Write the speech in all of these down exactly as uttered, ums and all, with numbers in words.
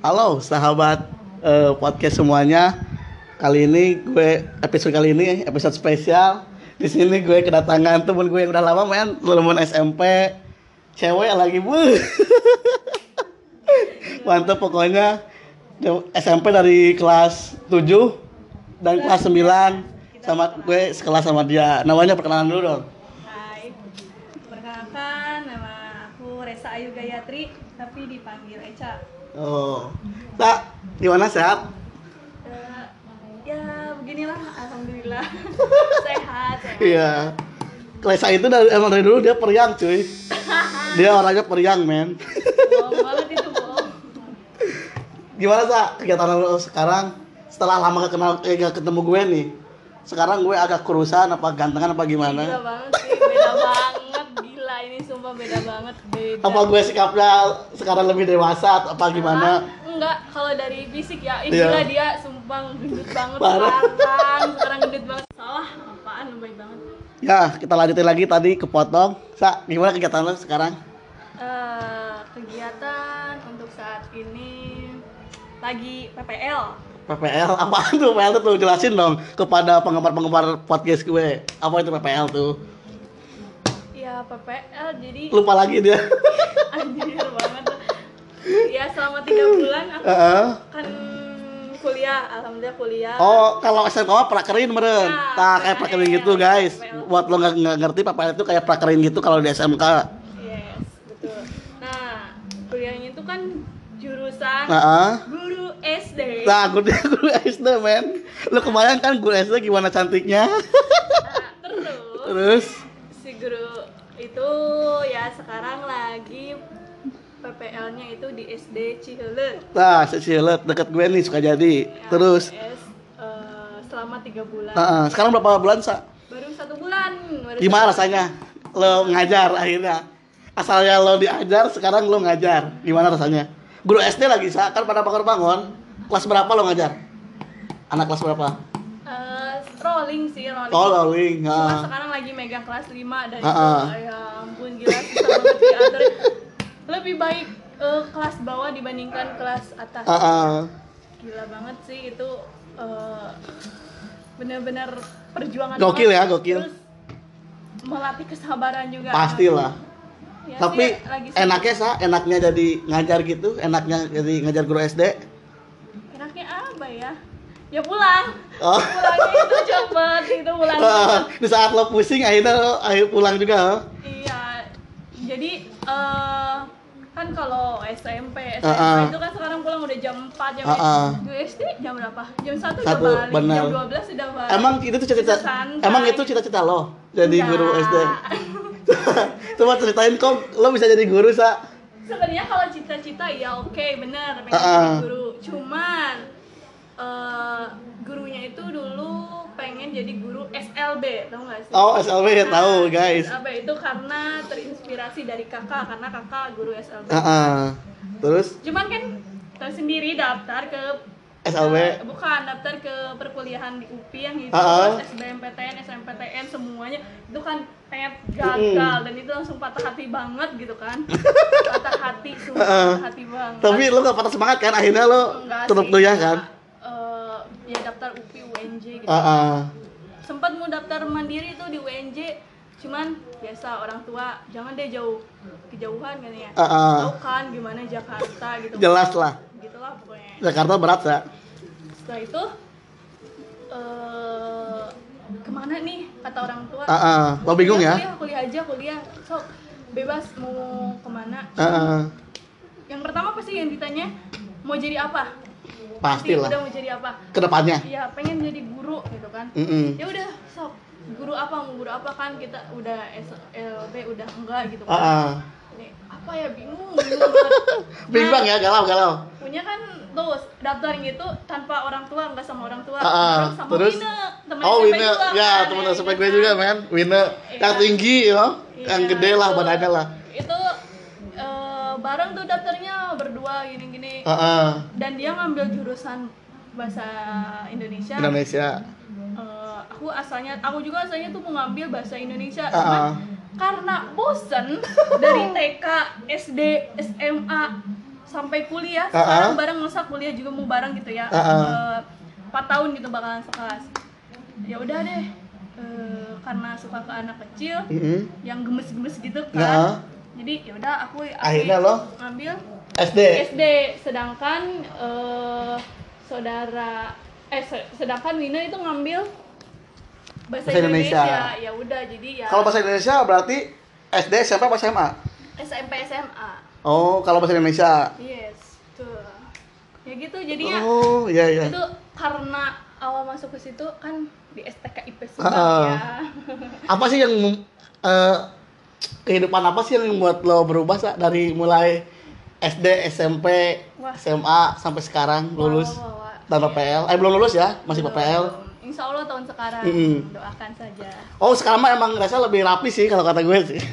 Halo sahabat eh, podcast semuanya. Kali ini gue episode kali ini episode spesial. Di sini gue kedatangan temen gue yang udah lama main lulusan S M P. Cewek lagi bu. Mantap pokoknya. S M P dari kelas tujuh dan kelas sembilan sama gue sekelas sama dia. Namanya perkenalan dulu dong. Hai, perkenalkan nama aku Resa Ayu Gayatri, tapi dipanggil Eca. Oh, tak gimana sehat? Uh, ya beginilah, alhamdulillah sehat. sehat. Iya. Resa itu dari, emang dari dulu dia periang cuy. Dia orangnya periang men. Bohong banget itu bohong. Gimana Sa kegiatan lo sekarang setelah lama gak kenal eh, gak ketemu gue nih? Sekarang gue agak kurusan apa gantengan apa gimana? Gila banget sih, beda banget, gila ini sumpah beda banget, beda. Apa gue sikapnya sekarang lebih dewasa apa gimana? Ah, enggak, kalau dari fisik ya, ini Iya. gila dia sumpah gendut banget Parah. sekarang, sekarang gendut banget. Salah, apaan lebay banget. Ya, kita lanjutin lagi tadi kepotong. Sa, gimana kegiatan lo sekarang? Eh, kegiatan untuk saat ini lagi P P L. P P L apaan tuh? P P L tuh jelasin dong kepada penggemar-penggemar podcast gue. Apa itu P P L tuh? Ya P P L jadi Lupa lagi dia. anjir banget. Ya selama tiga bulan aku Heeh. kan kuliah, alhamdulillah kuliah. Oh, kalau S M K mah prakerin meren. Nah, Nah, kayak prakerin gitu, guys. P P L. Buat lo nggak nggak ngerti, P P L itu kayak prakerin gitu kalau di S M K. Yes, betul. Nah, kuliahnya itu kan jurusan Heeh. guru S D. Nah, gue dia guru S D, men. Lo kebayang kan guru S D gimana cantiknya? Nah, terus Terus, si guru itu ya sekarang lagi P P L-nya itu di S D Ciheuleuh. nah, si Cilet deket gue nih suka jadi. Terus, S, eh, selama tiga bulan. heeh. Sekarang berapa bulan, Sa? Baru satu bulan. Baru Gimana satu- rasanya? Lo ngajar akhirnya. Asalnya lo diajar, sekarang lo ngajar. Gimana rasanya? Guru S D lagi, Sa. Kan pada bangun-bangun. Kelas berapa lo ngajar? Anak kelas berapa? Eh, rolling sih, rolling. Oh, rolling. Cuma Ha. sekarang lagi megang kelas lima dan Ah, itu ah. ya ampun gila susah banget diatur. Lebih baik eh, kelas bawah dibandingkan kelas atas. Ah, ah. Gila banget sih itu eh, benar-benar perjuangan Gokil banget. ya, gokil. Terus melatih kesabaran juga. Pastilah. Ya Tapi sih, lagi enaknya Sa, enaknya jadi ngajar gitu, enaknya jadi ngajar guru S D. enaknya apa ya? Ya pulang. Oh. Pulangnya itu cepet, itu pulang Ah, cepet. di saat lo pusing akhirnya lo akhir pulang juga. Oh. Iya. Jadi eh kan kalau S M P, S M P Ah, ah. itu kan sekarang pulang udah jam empat, jam Ah, ah. Di S D jam berapa? Jam satu udah Satu, balik, benar. jam dua belas udah balik. Emang itu tuh cita-cita, Bisa santai. emang itu cita-cita lo jadi Enggak. guru S D. Coba ceritain kok lo bisa jadi guru Sa. Sebenarnya kalau cita-cita ya oke, bener pengen Ah, ah. jadi guru. Cuman eh gurunya itu dulu pengen jadi guru S L B, tau gak sih? Oh, S L B ya Nah, tahu guys. S L B itu karena terinspirasi dari kakak, karena kakak guru S L B. Ah, ah. Terus Cuman kan tahu sendiri daftar ke S L B. eh, bukan daftar ke perkuliahan di U P I yang itu, Ah, ah. terus S B M P T N, S M P T N semuanya itu kan kayak gagal dan itu langsung patah hati banget gitu kan. Patah hati, sumpah Ah, ah. patah hati banget. Tapi lo gak patah semangat kan? Akhirnya lo Enggak tetap sih, doyan kan? eh, ya daftar U P I, U N J gitu. Ah, ah. Sempat mau daftar mandiri itu di U N J, cuman biasa orang tua jangan deh jauh kejauhan kan ya. Ah, ah. Tahu kan gimana Jakarta gitu. Jelas lah. Gitulah pokoknya. Jakarta berat Sa. Setelah itu eh kemana nih kata orang tua? Ah, ah. Lo bingung ya? Kuliah, kuliah aja, kuliah. So bebas mau kemana? Ah, ah. Yang pertama pasti yang ditanya mau jadi apa? Pasti Pastilah. udah mau jadi apa? Kedepannya. Iya pengen jadi guru gitu kan. Mm-mm. Ya udah sok guru apa mau guru apa kan kita udah S L B udah enggak gitu Ah, kan. ah. Ini apa ya bingung, bingung banget. Bingung ya, galau galau. Punya kan tuh daftar gitu tanpa orang tua, enggak sama orang tua. Ah, ah. Orang sama Terus? Wina, teman Oh, S M P Wina. juga Ya, kan, teman ya, S M P gitu gue kan. juga, men. Wina yang Iya. tinggi, you know? Yang Iya, gede lah itu- badannya lah. Itu eh, bareng tuh daftarnya berdua gini-gini. Ah, ah. Dan dia ngambil jurusan bahasa Indonesia. Indonesia. Eh, aku asalnya, aku juga asalnya tuh mau ngambil bahasa Indonesia, Ah, ah. cuman karena bosen dari T K, S D, S M A sampai kuliah Uh-uh. sekarang bareng, masa kuliah juga mau bareng gitu ya. Uh-uh. Eh, empat tahun gitu bakalan sekelas. Ya udah deh, eh, karena suka ke anak kecil Mm-hmm. yang gemes-gemes gitu kan. Uh-uh. Jadi ya udah aku, aku Akhirnya lo ngambil S D. S D, sedangkan eh, saudara eh se- sedangkan Wina itu ngambil bahasa, Bahasa Indonesia. Indonesia. Ya udah, jadi ya Kalau bahasa Indonesia berarti S D, S M P, apa S M A? S M P S M A. Oh, kalau bahasa Indonesia. Yes, tuh. Ya gitu jadinya. Oh, iya iya. Itu karena awal masuk ke situ kan di S T K I P Subang Uh-uh. ya. Apa sih yang mem- eh, kehidupan apa sih yang membuat lo berubah Sa? Dari mulai S D, S M P, Wah. S M A sampai sekarang lulus Wah, wah, wah. tanpa P L? Eh belum lulus ya, masih P P L. Insya Allah tahun sekarang. Mm-mm. Doakan saja. Oh sekarang mah emang rasa lebih rapi sih kalau kata gue sih.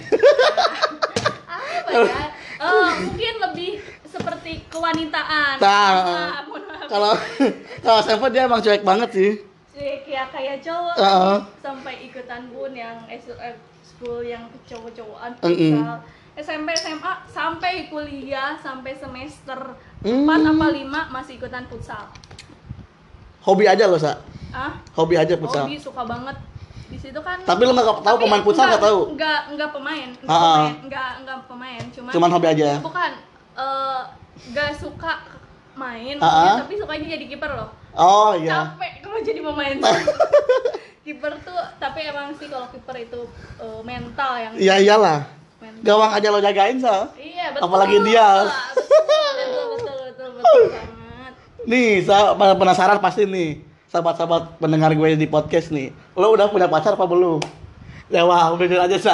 Apa ya? Eh, mungkin lebih seperti kewanitaan. Nah, Maaf, mohon maaf. kalau kalau S M P dia emang cuek banget sih. Kayak kayak kayak cowok Uh-uh. sampai ikutan pun yang S- eh, school yang cowok-cowokan Mm-mm. futsal. S M P S M A sampai kuliah sampai semester Mm. empat apa lima masih ikutan futsal. Hobi aja lo Sa. Ah, Hobi aja futsal. hobi suka banget. Di situ kan. Tapi lo nggak tahu Tapi pemain futsal nggak tahu? Enggak, enggak pemain. Enggak Ah, ah. pemain, enggak enggak pemain, cuman Cuman hobi aja. Bukan eh enggak suka main, Ah, ah. tapi sukanya jadi kiper loh. Oh iya. Capek kalau jadi pemain. Kiper tuh, tapi emang sih kalau kiper itu eh, mental yang Iya iyalah. mental. Gawang aja lo jagain Sa. Iya, betul. Apalagi dia. Betul, betul, betul, betul banget. Nih, saya penasaran pasti nih, sahabat-sahabat pendengar gue di podcast nih. Lo udah punya pacar apa belum? Jawab, jujur aja, Sa.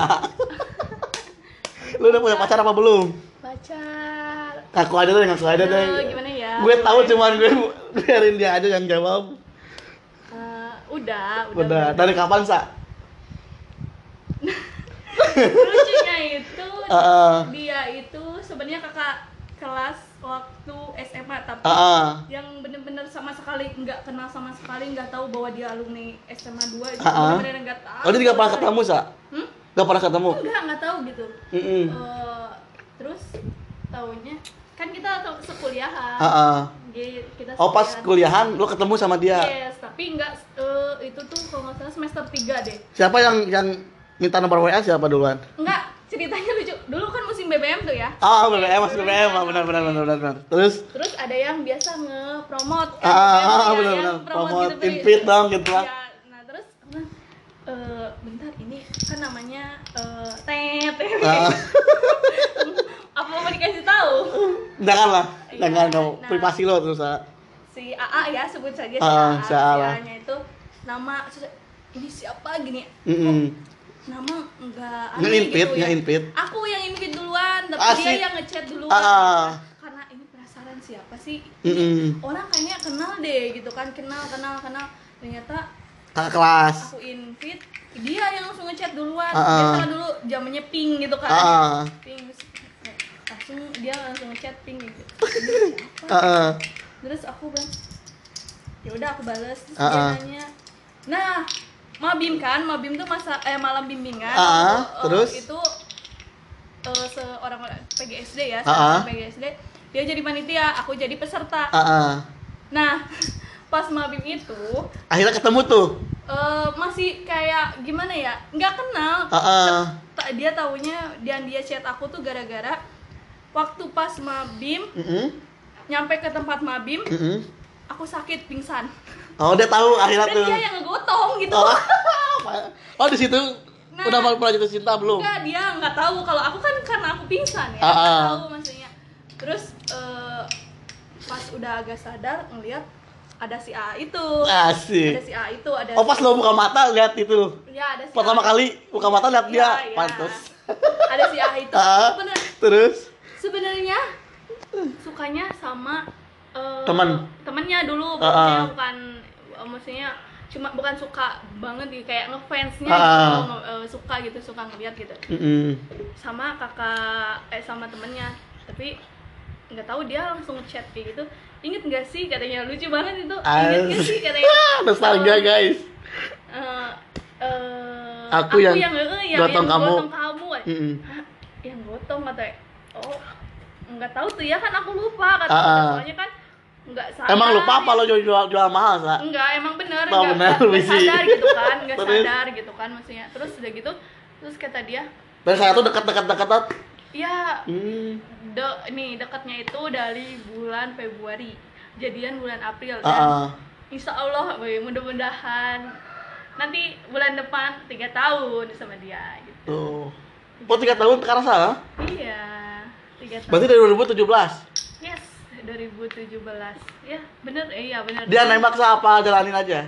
Lo udah punya pacar apa belum? Pacar. Ngaku aja deh, ngaku aja deh. Eh, gimana ya? Gue tahu cuman gue biarin dia aja yang jawab. Eh, udah, udah. Udah, dari kapan, Sa? Lucunya itu Heeh. dia itu sebenarnya kakak kelas waktu S M A, tapi Heeh. yang bener-bener sama sekali nggak kenal sama sekali, nggak tahu bahwa dia alumni S M A dua, itu Ah, ah. bener-bener nggak tahu. Oh, dia nggak pernah ketemu, Sa? Hmm? Nggak pernah ketemu? Enggak, nggak tahu gitu. Mm-mm. Eh, terus tahunya kan kita tuh sekuliahan. Heeh. Jadi kita Oh, pas sekuliahan. kuliahan lo ketemu sama dia. Yes, tapi nggak eh, itu tuh kalau nggak salah semester tiga deh. Siapa yang yang minta nomor W A siapa duluan? Enggak, ceritanya lucu. Dulu kan musim B B M tuh ya. Oh, B B M, Mas B B M, ah, benar benar benar benar. Terus Terus ada yang biasa nge-promote Ah, B B M tuh ah, ya, benar, yang benar. promote Promote, gitu tuh. invite dong, gitu lah. Iya, nah terus aku bilang, "Eh, bentar, ini kan namanya eh, Tet." Ah. Apa mau dikasih tahu? jangan lah, Iya, jangan kamu nah. privasi lo terus. Ah. Si A A ya, sebut saja si Ah, A A. si A A Si lah. A-nya itu nama, terus, ini siapa gini? Mm-mm. Nama enggak Nge-invite, gitu ya. nge-invite. Aku yang invite duluan, tapi Asik. dia yang ngechat duluan. Ah. Karena ini penasaran siapa sih? Mm-mm. Orang kayaknya kenal deh gitu kan, kenal kenal kenal. Ternyata Kakak kelas. aku invite, dia yang langsung ngechat duluan. Ah, ah. Biasa dulu zamannya ping gitu kan. Ah. Ping terus, eh, langsung dia langsung ngechat ping gitu. Ini siapa? Ah, ah. Terus aku bilang, ya udah aku balas. Terus Ah, dia ah. nanya, nah Mabim kan, Mabim tuh masa eh malam bimbingan. Ah, ah. Eh, Terus? itu eh, seorang P G S D ya, Ah, ah. seorang P G S D. Dia jadi panitia, aku jadi peserta. Ah, ah. Nah, pas Mabim itu Akhirnya ketemu tuh. eh, masih kayak gimana ya, nggak kenal. Ah, ah. Ta- Dia taunya, dan dia chat aku tuh gara-gara waktu pas Mabim, Mm-mm. nyampe ke tempat Mabim, Mm-mm. aku sakit pingsan. Oh, dia tahu akhirnya Dan tuh. dia yang ngegotong gitu. Oh, oh di situ Nah. udah pernah jatuh cinta belum? Enggak, dia nggak tahu kalau aku kan karena aku pingsan ya, Ah, nggak ah. tahu maksudnya. Terus eh, pas udah agak sadar ngelihat ada si A itu, ada Asik. si A itu, ada. Oh, pas si- lo buka mata lihat itu. Ya, ada si Pertama A. kali buka mata lihat dia, Iya, iya. pantes. Ada si A itu. Ah. Bener. Terus Sebenarnya sukanya sama eh, Temen. temennya dulu, Ah, maksudnya ah. bukan eh, maksudnya cuma bukan suka banget gitu, kayak ngefansnya Ah, gitu, ah. nge- eh, suka gitu, suka ngeliat gitu. Mm-mm. Sama kakak eh sama temennya, tapi nggak tahu dia langsung ngechat kayak gitu. Ingat nggak sih katanya, lucu banget itu. Ingat nggak sih katanya? Nostalgia eh, guys. eh, eh, Aku yang yang, eh, yang, gotong yang kamu. gotong kamu. Mm-mm. Hah, yang gotong katanya. Oh, nggak tahu tuh ya kan aku lupa kan. Uh-uh. Soalnya kan nggak sadar. Emang lupa apa lo jual jual, jual mahal sa? Enggak, emang bener. Oh, Nggak, bener, nggak, nggak sadar gitu kan, nggak Terus? sadar gitu kan maksudnya. Terus udah gitu, terus kata dia, Dan saya tuh dekat-dekat-dekat. ya Hmm. de, nih dekatnya itu dari bulan Februari, jadian bulan April dan Uh-uh. insya Allah, boy, mudah-mudahan nanti bulan depan tiga tahun sama dia gitu. Tuh. Oh tiga tahun sekarang salah? Iya, tiga tahun. Berarti dari dua ribu tujuh belas. Yes, dua ribu tujuh belas. Ya, bener, eh, iya bener. Dia nembak sa apa jalanin aja?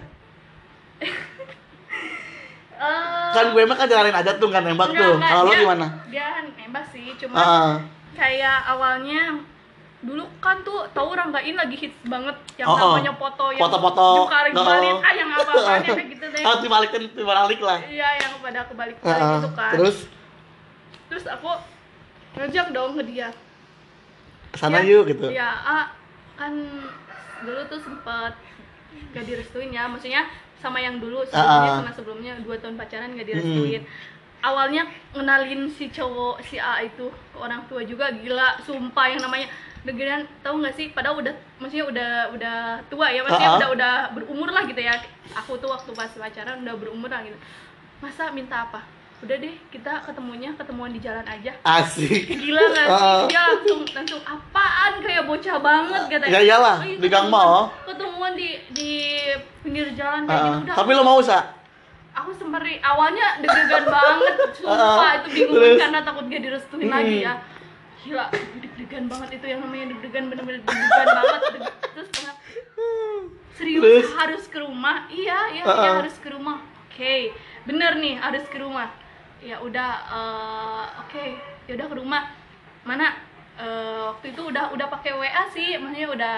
Eh, Kan gue mah kan jalanin aja tuh kan nembak enggak, tuh. enggak, Kalau lo dia- gimana? Dia nembak sih, cuma Uh-uh. kayak awalnya dulu kan tuh tahu Ranggain lagi hits banget yang Oh, oh. namanya foto yang Foto-foto. dibalik Oh, balik oh. ah yang apa-apaan yang kayak gitu deh. Ah, dibalikin dibalik lah. Iya, yang pada kebalik balik Uh-uh. gitu kan. Terus Terus aku ngajak dong ke dia. kesana Ya, yuk gitu. Iya, ah, kan dulu tuh sempet gak direstuin ya, maksudnya sama yang dulu sebelumnya, Ah, ah. sama sebelumnya dua tahun pacaran gak direstuin. Awalnya ngenalin si cowok si A itu ke orang tua juga gila, sumpah yang namanya degeran, tahu nggak sih? Padahal udah, maksudnya udah udah tua ya, maksudnya Ah, ah. udah udah berumur lah gitu ya. Aku tuh waktu pas pacaran udah berumur lah gitu. Masa minta apa? Udah deh, kita ketemunya ketemuan di jalan aja. Asik. Gila gak sih? Ah. Dia langsung langsung apaan kayak bocah banget katanya. Ya iyalah, Oh, iya, di gang ketemuan- mall. Ketemuan di di pinggir jalan kayak Uh-uh. gitu udah. Tapi lo mau sa? Aku sembari awalnya deg-degan banget, sumpah Uh-uh. itu bingung Terus? karena takut gak direstuin Hmm. lagi ya. Gila, deg-degan banget itu yang namanya deg-degan, bener-bener deg-degan banget. Deg- Terus tengah serius Terus? harus ke rumah? Iya, iya, Uh-uh. iya harus ke rumah. Oke, bener nih harus ke rumah. Ya udah, eh, oke, ya udah ke rumah. Mana eh, waktu itu udah udah pakai W A sih, maksudnya udah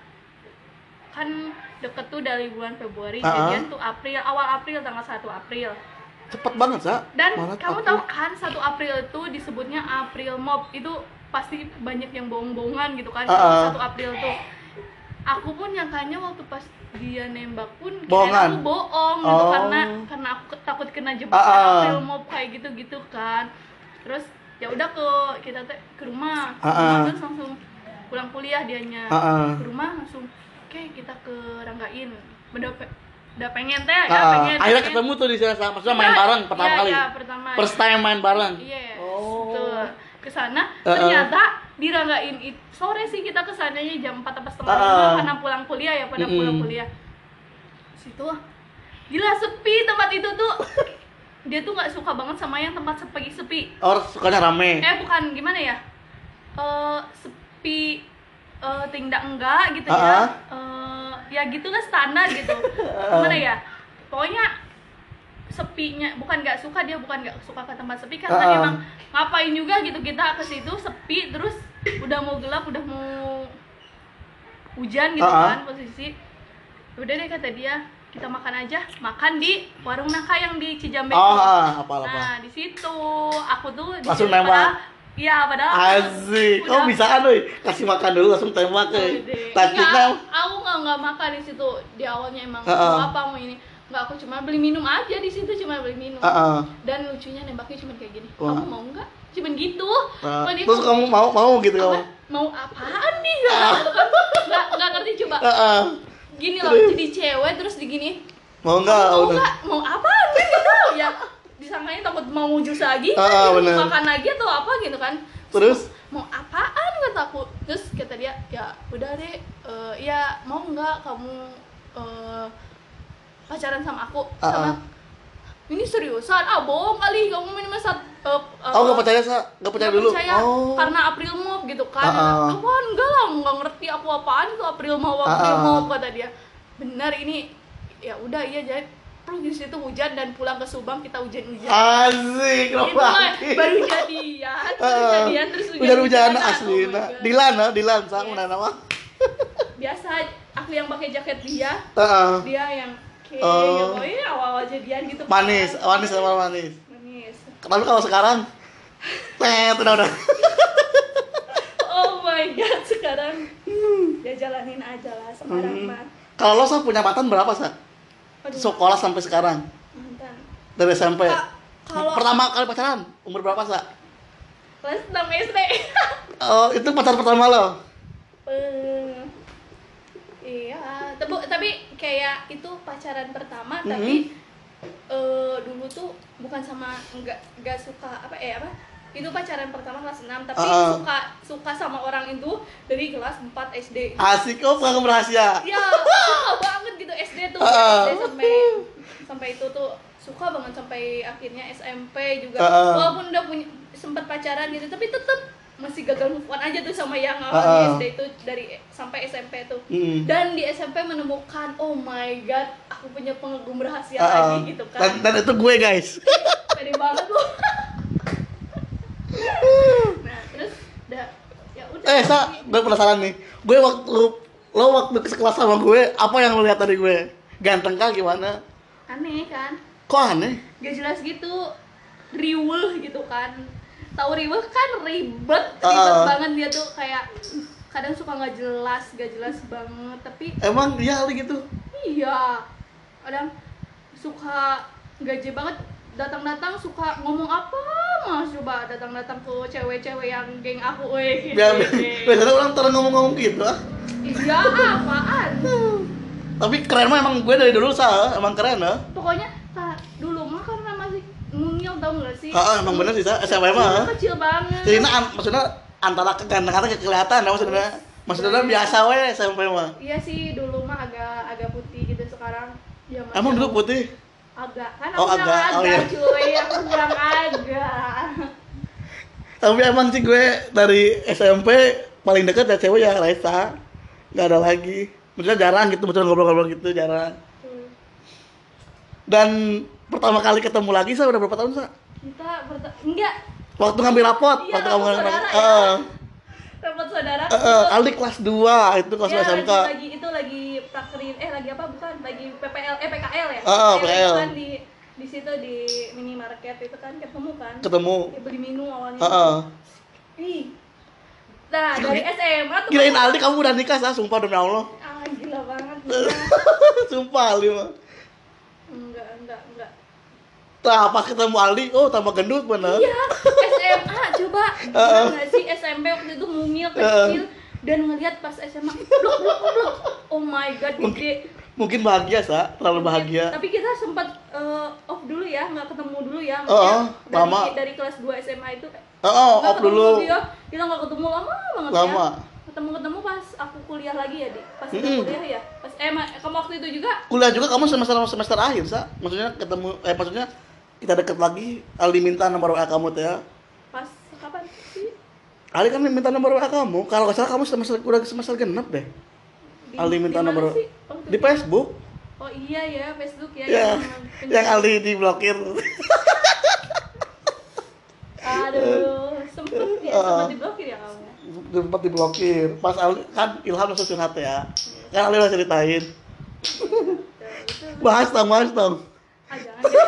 kan deket tuh dari bulan Februari, Uh-uh. jadian tuh April, awal April tanggal satu April. Cepet banget sa. Dan Maret, kamu April. tahu kan satu April itu disebutnya April Mop, itu pasti banyak yang bohong-bohongan gitu kan. Uh-uh. satu April tuh. Aku pun nyangkanya waktu pas dia nembak pun kirain Bohongan? aku bohong gitu, Oh. karena karena aku ke- takut kena jebakan Uh-uh. April Mop kayak gitu-gitu kan. Terus ya udah ke kita teh ke rumah. Ke Uh-uh. rumah terus langsung pulang kuliah dianya. Uh-uh. Ke rumah langsung oke kita ke Ranggain. Udah pe- udah pengen teh, ya Ah, pengen. akhirnya pengen. ketemu tuh di sana, maksudnya main Iya, bareng pertama iya, kali. iya, pertama. First time main bareng. Iya, Oh. betul. Ke sana Uh-uh. ternyata diranggain it, sore sih kita ke sananya jam empat apa setengah Uh-uh. lima karena pulang kuliah ya, pada Mm-mm. pulang kuliah. Situ gila sepi tempat itu tuh. Dia tuh nggak suka banget sama yang tempat sepi-sepi. Oh, sukanya rame. Eh bukan gimana ya? Eh sepi eh tindak enggak gitu ya. Uh-uh. Eh ya gitulah standar gitu. Gimana ya? Pokoknya sepinya, bukan nggak suka, dia bukan nggak suka ke tempat sepi karena Uh-uh. emang ngapain juga gitu kita ke situ sepi, terus udah mau gelap, udah mau hujan gitu Uh-uh. kan posisi. Udah deh kata dia, kita makan aja, makan di warung nangka yang di Cijambe. Oh, tuh. ah, apa apa. Nah di situ aku tuh di Langsung situ nembak. padahal- Iya padahal Asik. udah- Oh, bisa kan euy? Kasih makan dulu langsung tembak euy. Gede. Taktiknya Enggak, aku nggak nggak makan di situ di awalnya emang Uh-uh. mau apa mau ini. Nggak, aku cuma beli minum aja di situ, cuma beli minum. Heeh. Dan lucunya nembaknya cuma kayak gini. Wah. Kamu mau nggak? Cuman gitu. Nah, Cuman dia terus ngomong, kamu mau mau gitu "Apa? kamu? Mau apaan nih? Nggak nggak ngerti coba. Heeh. Gini loh, Terus? jadi cewek terus digini. Mau enggak? Mau Udah. nggak? Mau apaan nih gitu? Ya disangkanya takut mau jus lagi, Ah, ah, kan, bener. makan lagi atau apa gitu kan. Terus? Mau apaan kata aku. Terus kata dia, ya udah deh, eh, ya mau nggak kamu eh, pacaran sama aku? Ah, Sama ah. ini seriusan? Ah bohong kali kamu minimal saat uh, uh, Oh, enggak percaya sa? Enggak percaya dulu. percaya, Oh. karena April Mop gitu kan. Ah, ah. Apaan? Enggak lah, nggak ngerti aku apaan itu April Mop, April Ah, ah. Mop kata dia. Benar ini. Ya udah iya jadi terus di situ hujan dan pulang ke Subang kita hujan-hujan. Asik, Itu lah, romantis. baru jadian, baru Heeh. jadian terus Hujan-hujanan hujan-hujanan. asli. Oh my Nah, God. Dilan, nah, Dilan sang Yes. mana nama? Biasa aku yang pakai jaket dia, Heeh. dia yang kayak Oh. oh, iya, awal-awal jadian gitu. Manis, kan. manis sama manis. Manis. Tapi kalau sekarang tet udah udah. Oh my god, sekarang ya jalanin aja lah sekarang Hmm. mah. Kalau lo sa punya mantan berapa sa? Aduh, Sekolah sampai sekarang mantan. dari S M P. Kak, kalau Pertama kali pacaran umur berapa sa? kelas enam S D. Oh, itu pacar pertama lo? Eh, iya, tapi, tapi kayak itu pacaran pertama, Mm-hmm. tapi eh, dulu tuh bukan sama nggak nggak suka apa eh apa itu pacaran pertama kelas enam, tapi Uh-uh. suka suka sama orang itu dari kelas empat S D. Asik kok, pengen rahasia. Ya, suka banget gitu S D tuh, Uh-uh. S D sampai sampai itu tuh suka banget sampai akhirnya S M P juga. Uh-uh. Walaupun udah punya sempat pacaran gitu, tapi tetap masih gagal move on aja tuh sama yang awalnya Uh-uh. S D itu dari sampai S M P tuh. Mm. Dan di S M P menemukan, oh my god, aku punya pengagum rahasia Uh-uh. lagi gitu Dan, kan. dan itu gue guys. Pede banget loh. Nah, terus udah ya udah. Eh, Sa, gue penasaran nih. Gue waktu lo waktu sekelas sama gue, apa yang lo lihat dari gue? Ganteng kah gimana? Aneh kan? Kok aneh? Gak jelas gitu, riweuh gitu kan. Tahu riweuh kan ribet, ribet Uh-uh. banget dia tuh kayak kadang suka nggak jelas, gak jelas banget. Tapi Emang iya kali gitu? iya, kadang suka gaje banget. Datang-datang suka ngomong apa mas, coba datang-datang ke cewek-cewek yang geng aku, weh. Biar biasanya orang terus ngomong-ngomong gitu ah. Iya, apaan? Tapi keren mah emang gue dari dulu Sa, emang keren ah. Pokoknya kak, dulu mah karena masih mungil, tau gak sih? Heeh, emang bener sih Sa, S M P mah. Kecil banget. Jadi nah, maksudnya antara kegantengan kelihatan ya maksudnya. Maksudnya biasa we S M P mah. Iya sih, dulu mah agak agak putih gitu, sekarang ya masih Emang dulu agak- putih? agak kan Oh, aku bilang agak. agak, Oh, iya. cuy, aku bilang agak. Tapi emang sih gue dari S M P paling deket ya cewek ya Raisa. Gak ada lagi. Maksudnya jarang gitu, betul ngobrol-ngobrol gitu jarang. Hmm. Dan pertama kali ketemu lagi Sa udah berapa tahun Sa? Kita berta- enggak Waktu ngambil rapot, Iya, waktu rapot kamu ngambil saudara ya. Heeh. dapat saudara Heeh, itu- Aldi kelas dua, itu kelas ya, dua S M K. lagi, lagi itu lagi prakterin eh lagi apa bukan lagi P P L eh P K L ya. Ah, P K L P K L. itu kan di di situ di minimarket itu kan ketemu kan. Ketemu. Ya, beli minum awalnya. Heeh. Ih. Nah, dari S M A tuh Kirain Aldi kamu udah nikah Sa, sumpah demi Allah. ah gila banget. Gila. Sumpah Aldi mah. Enggak, enggak, enggak. Nah, pas ketemu Aldi, oh tambah gendut bener. Iya, S M A coba. Gimana nggak sih S M P waktu itu mungil kecil dan ngelihat pas S M A blok blok blok. Oh my god, Mungkin, gede. mungkin bahagia Sa, terlalu bahagia. Tapi kita sempat eh, off dulu ya, nggak ketemu dulu ya. Oh, Maksudnya dari, lama. dari kelas dua S M A itu Oh, oh nggak off ketemu dulu. Dia, kita nggak ketemu lama banget Lama. ya. Ketemu-ketemu pas aku kuliah lagi ya, Di. Pas kita Mm-mm. kuliah ya. Pas eh ma- kamu waktu itu juga Kuliah juga kamu semester semester akhir Sa. Maksudnya ketemu eh maksudnya kita deket lagi, Aldi minta nomor W A kamu tuh ya. pas kapan sih? Aldi kan minta nomor W A kamu. Kalau nggak salah kamu semester udah semester genap deh. Di, Aldi minta di mana nomor sih? Waktu di itu? Facebook. Oh iya ya, Facebook ya. Ya, yang- yang Aldi diblokir. Aduh, sempet ya, Uh, sempet diblokir ya kamu. Sempat diblokir. Pas Aldi kan Ilham langsung curhat ya. Kan Aldi udah ceritain. Itu, itu, Bahas dong, bahas dong. ah, jangan deh.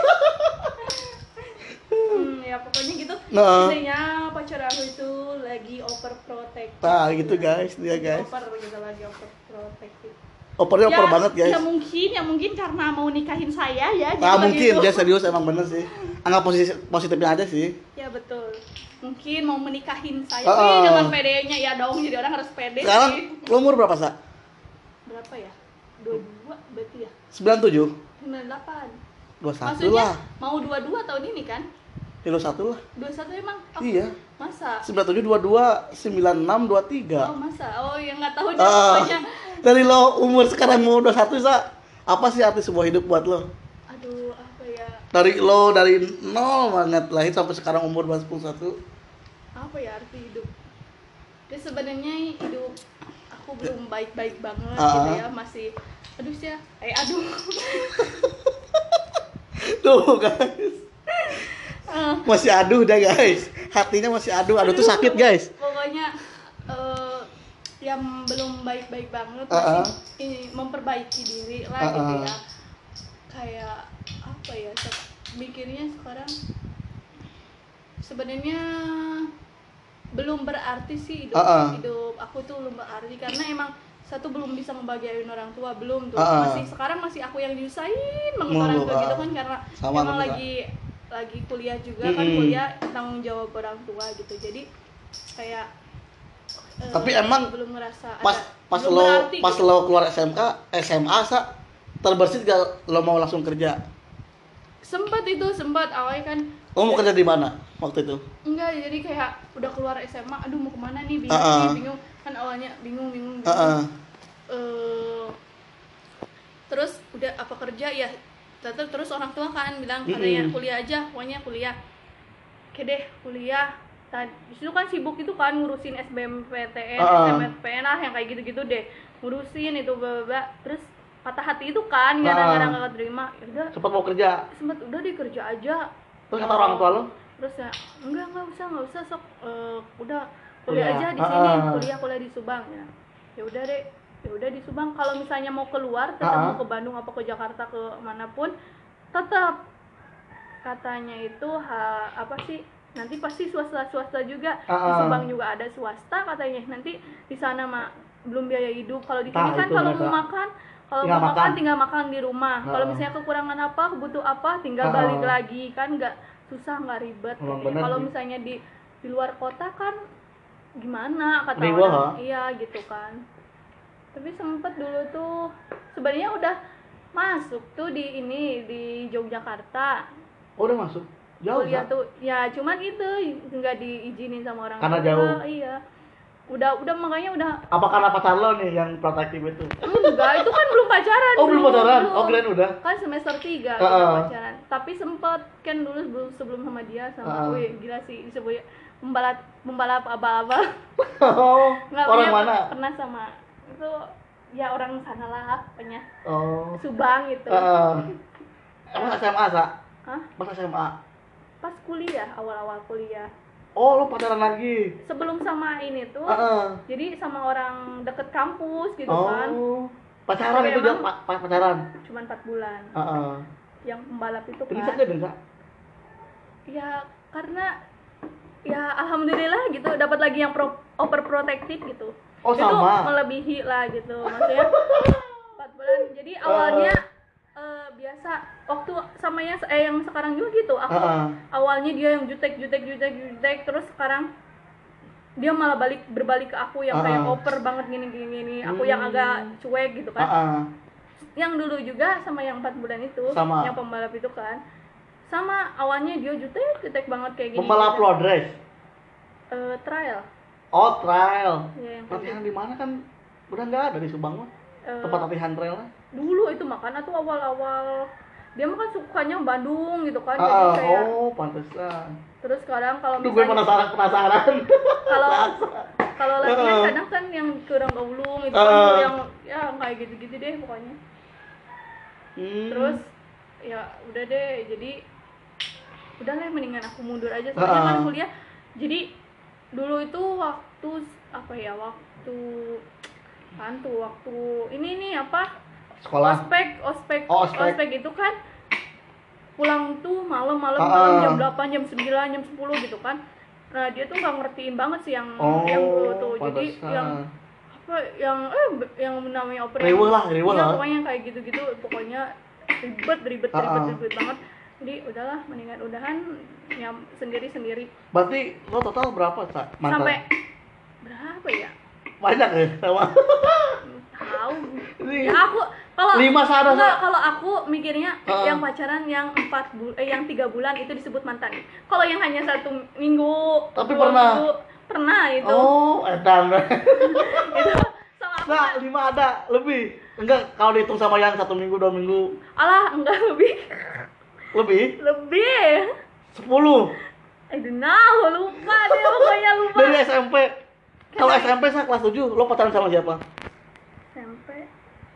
Hmm, ya pokoknya gitu. Nah. Intinya pacar aku itu lagi overprotective. Nah, gitu guys, dia guys. Over gitu, lagi overprotective. Opernya oper banget guys. Ya mungkin, ya mungkin karena mau nikahin saya ya. Ah, jadi mungkin begitu. dia serius emang bener sih. Anggap posisi positifnya aja sih. Ya betul. Mungkin mau menikahin saya. Uh, Wih, uh. dengan pedenya ya dong. Jadi orang harus pede Sekarang sih. lo umur berapa, Sa? Berapa ya? dua puluh dua berarti ya? sembilan puluh tujuh? sembilan puluh delapan. dua puluh satu Maksudnya lah. mau dua puluh dua tahun ini kan? Ya, lo satu lah. dua puluh satu emang? Oh, Iya. masa? sembilan puluh tujuh, dua puluh dua, sembilan puluh enam, dua puluh tiga. Oh masa? Oh yang nggak tahu deh Ah, pokoknya. dari lo umur sekarang mau dua puluh satu, Sa, apa sih arti sebuah hidup buat lo? Aduh apa ya? Dari lo dari nol banget lahir sampai sekarang umur dua puluh satu. Apa ya arti hidup? Ya sebenarnya hidup aku belum baik-baik banget Ah. gitu ya, masih aduh sih ya. Eh aduh. Tuh guys. Eh, Masih aduh dah guys. Hatinya masih aduh. Aduh tuh sakit guys. Pokoknya eh, yang belum baik-baik banget, Ah, masih ini, memperbaiki diri lah Ah, gitu ah. ya. Kayak apa ya? se- Mikirnya sekarang sebenarnya belum berarti sih hidup Ah, ah. hidup aku tuh belum berarti karena emang satu belum bisa ngebahagiain orang tua, belum tuh Ah, ah. masih sekarang masih aku yang diusahain banget Mulu, orang tua ah. gitu kan karena Sama emang aku juga. lagi lagi kuliah juga kan, Mm-mm. kuliah tanggung jawab orang tua gitu, jadi kayak eh, Tapi emang belum ngerasa pas ada- pas belum lo berarti pas gitu. lo keluar S M K S M A sa terbersit gak lo mau langsung kerja? Sempat itu sempat awalnya kan Lo mau kerja di mana waktu itu? enggak, jadi kayak udah keluar S M A, aduh mau kemana nih, bingung Uh-uh. nih, bingung kan awalnya bingung bingung bingung. Heeh. Eh, terus udah apa kerja ya, tetap terus orang tua kan bilang Mm-mm. katanya kuliah aja, pokoknya kuliah. Oke deh kuliah. Tadi disitu kan sibuk itu kan ngurusin S B M P T N, Uh-uh. S M P N ah yang kayak gitu-gitu deh, ngurusin itu bla bla. Terus patah hati itu kan gara-gara Uh-uh. nggak terima, ya udah Sempat mau kerja. sempet udah deh kerja aja. Terus kata orang tua lo? Terus ya enggak nggak usah nggak usah sok eh, udah kuliah Kuliah. aja di sini, Ah. kuliah kuliah di Subang ya. Ya udah deh, ya udah di Subang. Kalau misalnya mau keluar, tetap Ah. mau ke Bandung apa ke Jakarta ke manapun, tetap katanya itu ha, apa sih? Nanti pasti swasta swasta juga di Ah. Subang juga ada swasta katanya. Nanti di sana mah belum biaya hidup. Kalau di sini Nah, kan itu kalau mereka. mau makan kalau Tinggal mau makan makan. tinggal makan di rumah. Kalau Ah. misalnya kekurangan apa, butuh apa, tinggal Ah. balik lagi kan, nggak susah nggak ribet. Emang katanya. bener Kalau sih. misalnya di di luar kota kan gimana kata Riweh, orang, ha? iya gitu kan. Tapi sempet dulu tuh sebenarnya udah masuk tuh di ini di Yogyakarta Oh, udah masuk. Jauh kuliah Sa? tuh ya, cuman itu nggak diizinin sama orang Karena tua. jauh. Iya, udah udah makanya udah Apa karena pacar lo nih yang protektif itu? enggak, itu kan belum pacaran. Oh, belum pacaran? Oh, kirain udah. Kan semester tiga Uh-uh. kita pacaran. Tapi sempet kan dulu sebelum sebelum sama dia sama Uh-uh. wih gila sih disebut pembalap pembalap abal-abal. Oh, Nggak, orang punya- mana? Pernah sama itu ya orang sana lah pokoknya. Oh. Subang gitu. Heeh. Emang S M A, Sa? Hah? Pas S M A. Pas kuliah, awal-awal kuliah. Oh, lo pacaran lagi. Sebelum sama ini tuh, Heeh. jadi sama orang deket kampus gitu Oh. kan. Pacaran Tapi itu dia emang- pa- pa- pacaran. Cuman empat bulan. Heeh. Yang pembalap itu Bisa kan. aja bisa. Ya karena ya alhamdulillah gitu dapat lagi yang pro, overprotective gitu. Oh, Itu sama. melebihi lah gitu. Maksudnya empat bulan. Jadi awalnya eh, biasa waktu sama yang eh yang sekarang juga gitu. Aku Heeh. awalnya dia yang jutek jutek jutek jutek, terus sekarang dia malah balik berbalik ke aku yang kayak Uh-uh. over banget gini gini gini. Aku yang Hmm. agak cuek gitu kan. Heeh. Yang dulu juga sama yang empat bulan itu, Sama. yang pembalap itu kan. Sama awalnya dia jutek jutek banget kayak gini. Pembalap road race. Eh, trial. Oh, trial. Ya, yang kayak Latihan gitu. di mana kan udah nggak ada di Subang mah. Eh, Tempat latihan trail lah. dulu itu makan atau awal-awal dia mah kan sukanya Bandung gitu kan, Ah, jadi kayak oh, pantesan. terus sekarang kalau Aduh, gue misalnya penasaran penasaran. kalau kalau latihan Heeh. kadang kan yang kurang ulung itu Heeh. kan yang ya kayak gitu-gitu deh pokoknya. Hmm. Terus ya udah deh, jadi udah lah mendingan aku mundur aja soalnya kan Heeh. kuliah. Jadi dulu itu waktu apa ya, waktu kan tuh waktu ini nih apa sekolah. ospek ospek Oh, ospek. itu kan pulang tuh malam-malam Ah. malam jam delapan jam sembilan jam sepuluh gitu kan. Nah dia tuh nggak ngertiin banget sih yang Oh, yang dulu tuh, jadi pantesan. yang apa yang eh yang namanya operasi Riweh lah, riweh ya, lah. pokoknya kayak gitu-gitu, pokoknya ribet ribet Ah, ribet ah. ribet banget. Jadi udahlah mendingan udahan yang sendiri sendiri Berarti lo total berapa, Sa? Mantan? sampai berapa ya, Banyak ya sama. tahu Ini ya aku kalau lima sana, enggak, Sa. kalau aku mikirnya Heeh. yang pacaran yang empat bul eh yang tiga bulan itu disebut mantan. Kalau yang hanya satu minggu Tapi dua pernah? minggu, pernah itu Oh, edan. itu sama aku Nah, lima ada lebih. Enggak, kalau dihitung sama yang satu minggu, dua minggu, alah enggak lebih lebih lebih sepuluh I don't know, lupa deh pokoknya lupa. dari S M P. Kalau S M P saya kelas tujuh, lo pacaran sama siapa? Sampai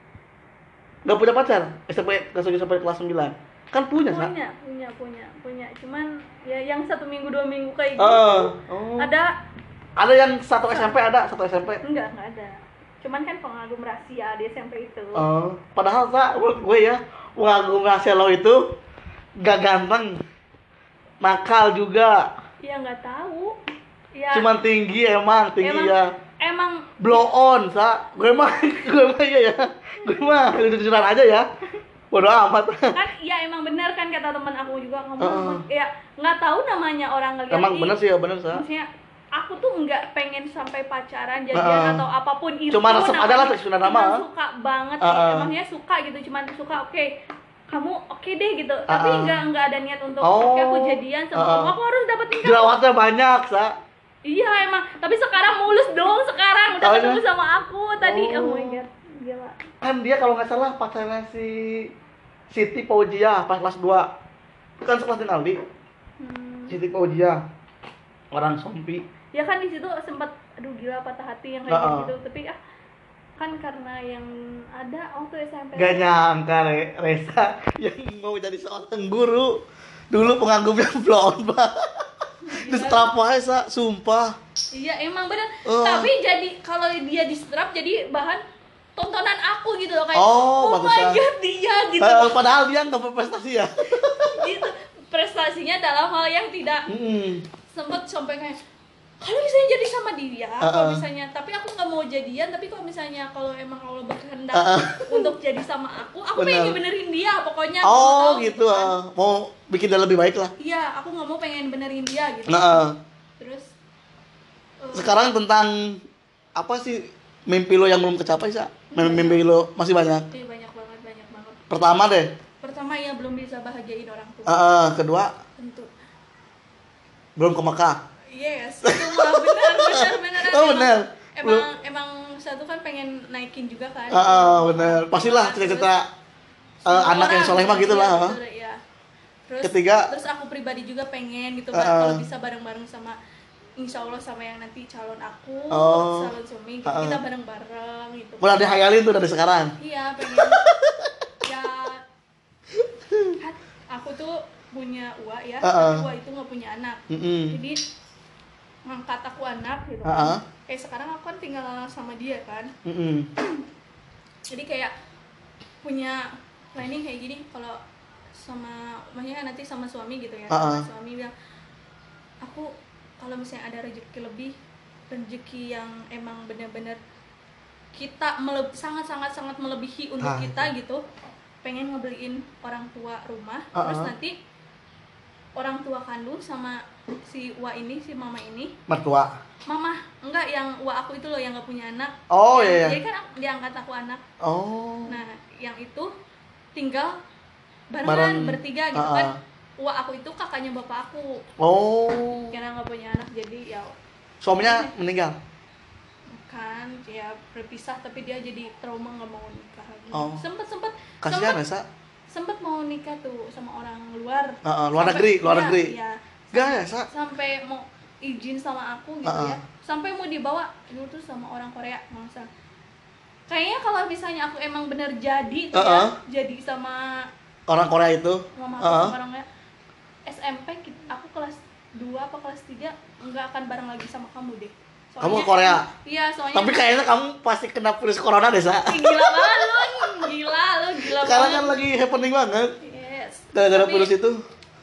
Gak punya pacar? S M P kelas tujuh sampai kelas sembilan. Kan punya, Sa? punya punya punya punya cuman ya yang satu minggu dua minggu kayak gitu Heeh. Oh. ada Ada yang satu S M P, ada satu S M P. enggak enggak ada, cuman kan pengagum rahasia di S M P itu. Oh, padahal Sa, menurut gue ya, pengagum rahasia lo itu gak ganteng, nakal juga, Ya nggak tahu. Ya. cuman tinggi emang, tinggi emang, ya. Emang Blow on, Sa. Gue mah, gue mah iya ya. Gue mah jujur-jujuran aja ya. Bodoh amat. Kan ya emang benar kan kata teman aku juga, kamu Uh-uh. ya nggak tahu namanya orang ngeliat. Emang Ih, bener sih ya, bener Sa. maksudnya aku tuh nggak pengen sampai pacaran, jadian Uh-uh. atau apapun itu. Cuma resep namanya. aja lah teks nama. Cuman suka banget, Uh-uh. sih. Maksudnya suka gitu, cuman suka oke. Kamu oke deh gitu, tapi Uh-uh. nggak nggak ada niat untuk Oh. oke aku jadian sama Uh-uh. kamu, aku harus dapetin kamu. Jerawatnya banyak, Sa. Iya emang, tapi sekarang mulus dong sekarang udah Oh, ketemu iya? sama aku tadi. Oh. Oh my god, gila. Kan dia kalau nggak salah pacarnya si Siti Fauzia pas kelas dua. Kan sekelas dengan Aldi. Hmm. Siti Fauzia. Orang Sompi. Ya kan di situ sempat aduh gila patah hati yang kayak Uh-uh. gitu, tapi ah kan karena yang ada waktu S M P. Gak nyangka Re, Reza yang mau jadi seorang guru dulu penganggupnya blon banget. Di strap aja, Sa, sumpah. Iya emang bener. Uh. Tapi jadi kalau dia di strap jadi bahan tontonan aku gitu loh, kayak Oh, oh my bagusan. god dia gitu. Eh, padahal dia nggak berprestasi ya. Gitu prestasinya dalam hal yang tidak Mm. sempet sampai kayak kalau misalnya jadi sama dia, Uh-uh. kalau misalnya, tapi aku nggak mau jadian, tapi kalau misalnya kalau emang Allah berkehendak Uh-uh. untuk jadi sama aku, aku Bener. pengen benerin dia pokoknya. aku Oh tahu, gitu, kan. ah. Mau bikin dia lebih baik lah. Iya, aku nggak mau pengen benerin dia gitu. Nah, ah. Terus uh, sekarang tentang apa sih mimpi lo yang belum kecapai, Sa? Mimpi, mimpi lo masih banyak. eh, banyak banget, banyak banget. Pertama deh, Pertama ya belum bisa bahagiain orang tua. ah, ah. Kedua Tentu. belum ke Mekah. Yes, itu mah benar, benar, benar. Oh, benar. Emang, emang satu kan pengen naikin juga kan. Ah, ah, bener. Pastilah cita-cita eh, anak yang soleh mah gitu iya, lah. betul, iya. Terus, Ketiga. terus aku pribadi juga pengen gitu Uh, kan, uh. kalau bisa bareng-bareng sama insya Allah sama yang nanti calon aku, Oh. calon suami, gitu, Uh, uh. kita bareng-bareng gitu. Mulai dihayalin tuh dari sekarang. Iya pengen. Ya kan aku tuh punya uwa ya, Uh, uh. tapi uwa itu nggak punya anak. Mm-mm. Jadi ngangkat aku anak gitu Uh, uh. kan. Kayak sekarang aku kan tinggal sama dia kan. Mm-mm. Jadi kayak punya planning kayak gini, kalau sama maksudnya nanti sama suami gitu ya, Uh-uh. sama suami bilang aku kalau misalnya ada rezeki lebih, rezeki yang emang benar-benar kita meleb- sangat sangat sangat melebihi untuk Ah, kita gitu, pengen ngebeliin orang tua rumah. Uh-uh. Terus nanti orang tua kandung sama si Wa ini, si mama ini, Mertua. mama enggak, yang Wa aku itu loh yang nggak punya anak. Oh, Yang- iya, iya. Jadi kan aku- diangkat aku anak. Oh. Nah, yang itu tinggal barengan Bareng. bertiga gitu Uh-uh. kan. Wah, aku itu kakaknya bapak aku. Oh. Karena nggak punya anak jadi ya Suaminya meninggal. kan ya berpisah, tapi dia jadi trauma nggak mau nikah lagi. Oh. Sempet sempet Kasihan sempet, ya, Sa. sempet mau nikah tuh sama orang luar. Uh-uh, luar Sampai- negeri, luar iya, negeri. iya. Gak ya, Sa? Sampai mau izin sama aku gitu Uh-uh. ya. Sampai mau dibawa dulu tuh sama orang Korea, nggak usah. Kayaknya kalau misalnya aku emang bener jadi tuh Uh-uh. ya, jadi sama Orang Korea itu. mama aku Uh-uh. sama orangnya S M P kit- aku kelas dua apa kelas tiga nggak akan bareng lagi sama kamu deh. Kamu ke Korea? Iya, soalnya Tapi kayaknya kamu pasti kena virus corona deh, Sa. Ih, gila banget lu, gila lu, gila Sekarang banget. kan lagi happening banget. Yes. Gara-gara Tapi, virus itu.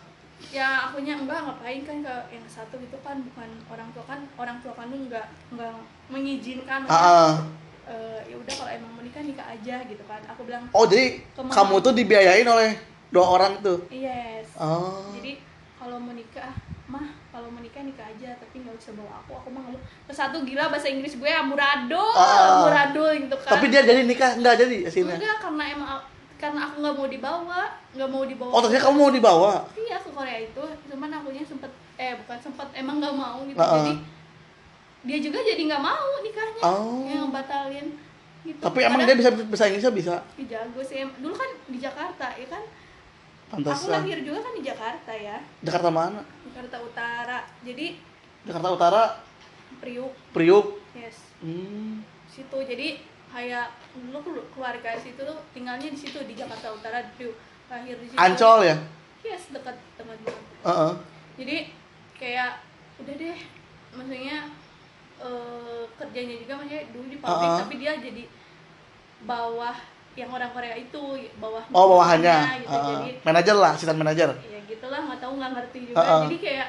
ya akunya enggak, ngapain kan ke yang satu itu kan bukan orang tua kan, orang tua kandung enggak enggak mengizinkan. Ah, ah. Eh, ya udah kalau emang mau nikah nikah aja gitu kan. Aku bilang Oh, jadi Kemana? kamu tuh dibiayain oleh dua orang tuh. yes. Oh. Jadi kalau mau nikah, mah kalau mau nikah nikah aja, tapi nggak usah bawa aku. Aku mah nggak mau. Terus satu gila bahasa Inggris gue amburadul, Ah. amburadul gitu kan. Tapi dia jadi nikah enggak jadi hasilnya. enggak, karena emang karena aku nggak mau dibawa, nggak mau dibawa. Oh, ternyata kamu mau dibawa. Iya ke Korea itu, cuman akunya sempet eh bukan sempet emang nggak mau gitu. Uh-uh. Jadi dia juga jadi nggak mau nikahnya, Oh. yang batalin gitu. Tapi emang Padahal dia bisa bahasa Inggrisnya bisa. dia jago sih. Em- Dulu kan di Jakarta ya kan. Aku Pantesan. lahir juga kan di Jakarta ya, Jakarta mana? Jakarta Utara. Jadi Jakarta Utara, Priuk, Priuk. yes. Hmm. Situ jadi kayak dulu kelu- keluarga situ tuh tinggalnya di situ di Jakarta Utara, di Priuk. Lahir di situ. Ancol ya? Yes, dekat dekat banget. Heeh. Jadi kayak udah deh, maksudnya eh, kerjanya juga maksudnya dulu di pabrik, Uh-uh. tapi dia jadi bawah yang orang Korea itu, bawah Oh, bawahannya. gitu. Heeh. Jadi Manajer lah, asisten manajer. ya gitulah, nggak tahu, nggak ngerti juga. Uh-uh. Jadi kayak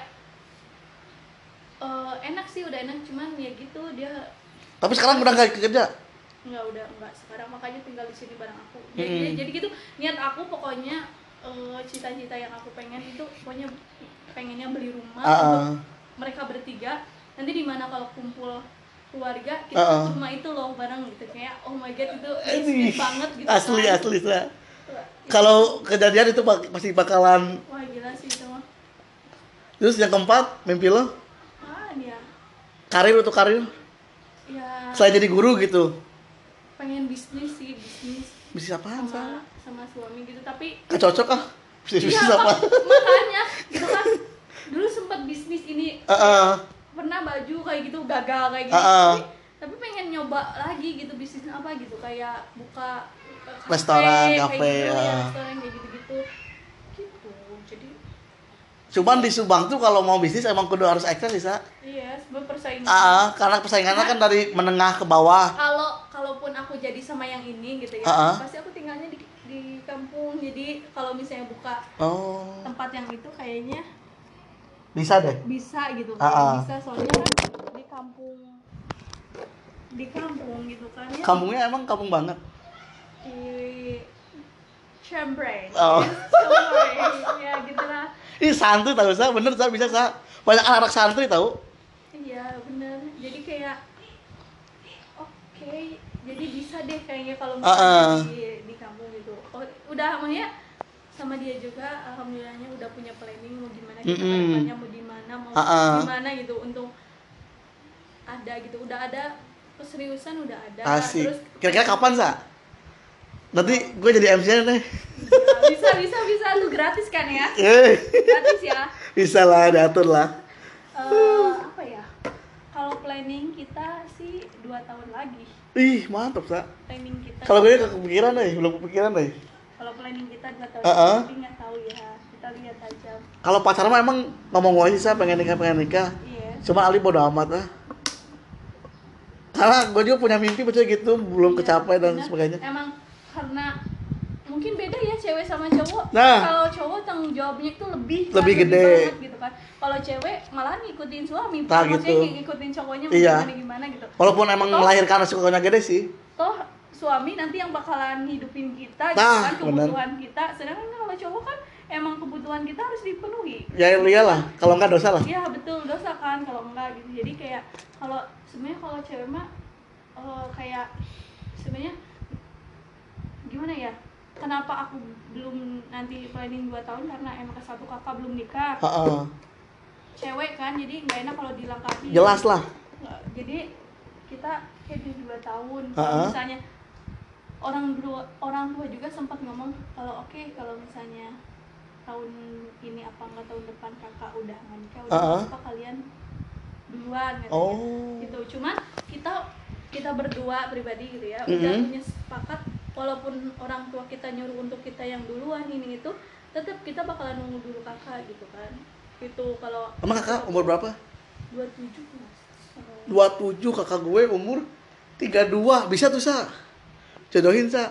eh, enak sih, udah enak, cuman ya gitu dia Tapi sekarang udah enggak kerja. Enggak, udah enggak sekarang, makanya tinggal di sini bareng aku. Jadi, Hmm. jadi gitu niat aku pokoknya eh, cita-cita yang aku pengen itu pokoknya pengennya beli rumah Uh-uh. untuk mereka bertiga. Nanti di mana kalau kumpul keluarga kita Uh-uh. ke rumah itu loh bareng gitu, kayak oh my god itu Ini sweet banget gitu asli kan. asli Sa. Wah, Kalau kejadian itu bak- pasti bakalan. wah gila sih itu mah. Terus yang keempat, mimpi lo Ah dia karir untuk karir ya selain jadi guru gitu. pengen bisnis sih, bisnis Bisnis apaan Sa? sama sama suami gitu, tapi Gak cocok ah. Bisnis bisnis iya, apa? mak- makanya gitu kan dulu sempat bisnis ini Uh-uh. pernah baju kayak gitu gagal kayak gitu, Uh-uh. tapi, tapi pengen nyoba lagi gitu bisnis apa gitu, kayak buka eh, kafe, Restoran, kayak kafe, gitu, ya, uh. restoran kayak gitu-gitu gitu. Jadi Cuman di Subang tuh kalau mau bisnis emang kudu harus ekstrim sih Sa. iya sebelum persaingan. Ah, karena persaingannya kan dari menengah ke bawah. Kalau kalaupun aku jadi sama yang ini gitu ya, Uh-uh. pasti aku tinggalnya di di kampung. Jadi kalau misalnya buka Oh, tempat yang itu kayaknya bisa deh. bisa gitu kan, Uh-uh. bisa soalnya kan di kampung di kampung gitu kan ya. Kampungnya emang kampung banget. Di Cambrai. Oh. Cambrai. Ya gitulah. Ih santuy tahu Sa, bener Sa, bisa Sa. Banyak anak santuy tahu. Iya bener. Jadi kayak oke, jadi bisa deh kayaknya kalau Uh-uh. misalnya di, di kampung gitu. Oh, udah makanya sama dia juga alhamdulillahnya udah punya planning mau gimana kita Mm-mm. ke depannya, mau di mana, mau Uh-uh. gimana gitu untuk ada gitu. Udah ada keseriusan, udah ada. Asik. Terus Kira-kira kapan Sa? Nanti gue jadi M C-nya deh. ya, bisa bisa bisa tuh gratis kan ya? Eh, Gratis ya. bisa lah, diatur lah. Eh, apa ya? Kalau planning kita sih dua tahun lagi. Ih, mantap Sa. Planning kita. Kalau gue gak kepikiran deh, belum kepikiran deh. Kalau planning kita dua tahun Uh-uh. lagi, tapi nggak tahu ya. Kita lihat aja. Kalau pacaran mah emang ngomong aja sih Sa, pengen nikah pengen nikah. Iya. Cuma Ali bodo amat lah. Karena gue juga punya mimpi betul gitu, belum Iya, kecapai dan benar. sebagainya. Emang karena mungkin beda ya cewek sama cowok. Nah. Kalau cowok tanggung jawabnya itu lebih kan, Lebih gede. banget gitu kan. Kalau cewek malah ngikutin suami, Nah, maksudnya gitu. ngikutin cowoknya mau Iya. gimana gimana gitu. Walaupun emang Toh- melahirkan resikonya gede sih. Toh suami nanti yang bakalan hidupin kita gitu Nah, kan, kebutuhan kita. Sedangkan kalau cowok kan emang kebutuhan kita harus dipenuhi. Ya iyalah, kalau enggak dosa lah. Iya betul, dosa kan kalau enggak gitu. Jadi kayak kalau sebenarnya kalau cewek mah eh, kayak sebenarnya gimana ya? Kenapa aku belum nanti planning dua tahun karena emang satu kakak belum nikah. Heeh. Cewek kan jadi nggak enak kalau dilengkapi. Jelas lah. Nggak, jadi kita kayak di dua tahun. Ha-ha. Kalau misalnya orang dua orang tua juga sempat ngomong kalau oke kalau misalnya tahun ini apa enggak tahun depan kakak udah nggak nikah udah Ha-ha. apa kalian duluan katanya. Oh. Gitu. Cuman kita kita berdua pribadi gitu ya udah Mhm. punya sepakat walaupun orang tua kita nyuruh untuk kita yang duluan ini itu tetap kita bakalan nunggu dulu kakak gitu kan. Itu kalau Emang kakak umur berapa? dua puluh tujuh Mas. Oh. dua puluh tujuh, kakak gue umur tiga puluh dua. Bisa tuh Sa. Jodohin Sa.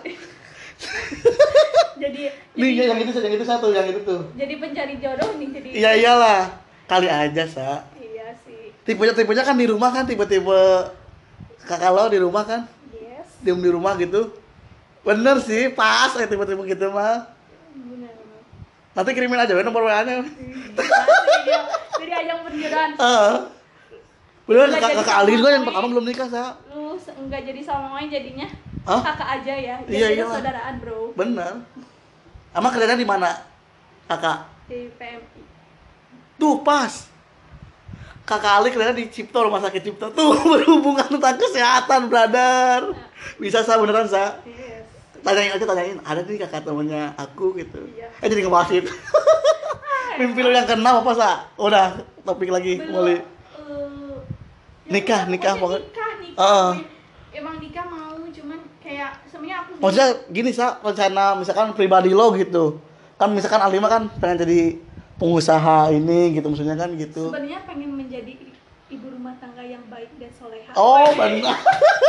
Jadi Nih jadi, yang itu Sa, yang itu satu, yang itu tuh. jadi pencari jodoh nih jadi. Iya iyalah. Kali aja Sa. Iya sih. Tipenya tipenya kan di rumah kan, tiba-tiba kakak lo di rumah kan, Yes. diem di rumah gitu. Bener sih, pas eh tiba-tiba gitu mah. Benar benar. Nanti kirimin aja we nomor W A-nya. Jadi dia jadi ajang penjodohan. Heeh. Bener Nggak kakak jadi kakak Ali sama gue yang Oi. pertama belum nikah Sa. Lu se- enggak jadi sama main jadinya. Hah? Kakak aja ya. Iya, Jadi iyalah. saudaraan, Bro. Bener. Emang kerjanya di mana? Kakak. Di P M I. Tuh pas. Kakak Ali kerjanya di Cipto, rumah sakit Cipto. Tuh berhubungan tentang kesehatan, brother. Bisa Sa beneran Sa. Yes. Tanyain aja tanyain, ada nih kakak temennya aku gitu. Iya. Eh jadi ngebahas itu. Mimpi lu yang keenam apa Sa? Udah, topik lagi Belum, mulai. eh, ya Nikah, udah, nikah pokoknya pokoknya. nikah, nikah. Heeh. Emang nikah mau, cuman kayak sebenarnya aku Maksudnya gini Sa, rencana misalkan pribadi lo gitu. Kan misalkan Alima kan pengen jadi pengusaha ini gitu maksudnya kan gitu. sebenarnya pengen menjadi ibu rumah tangga yang baik dan soleha. Oh, benar.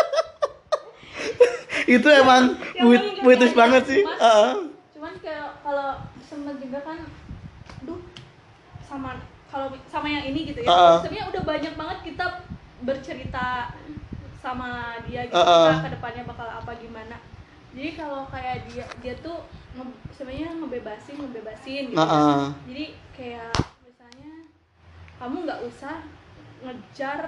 Itu emang Yang buit paling buitis kerjanya, banget sih. Mas. Heeh. Cuman kayak kalau sempet juga kan duh sama kalau sama yang ini gitu ya. Heeh. Sebenarnya udah banyak banget kita bercerita sama dia gitu, Uh-uh. nah, ke depannya bakal apa gimana. Jadi kalau kayak dia dia tuh nge- sebenarnya ngebebasin ngebebasin gitu Uh-uh. ya. Jadi kayak misalnya kamu nggak usah ngejar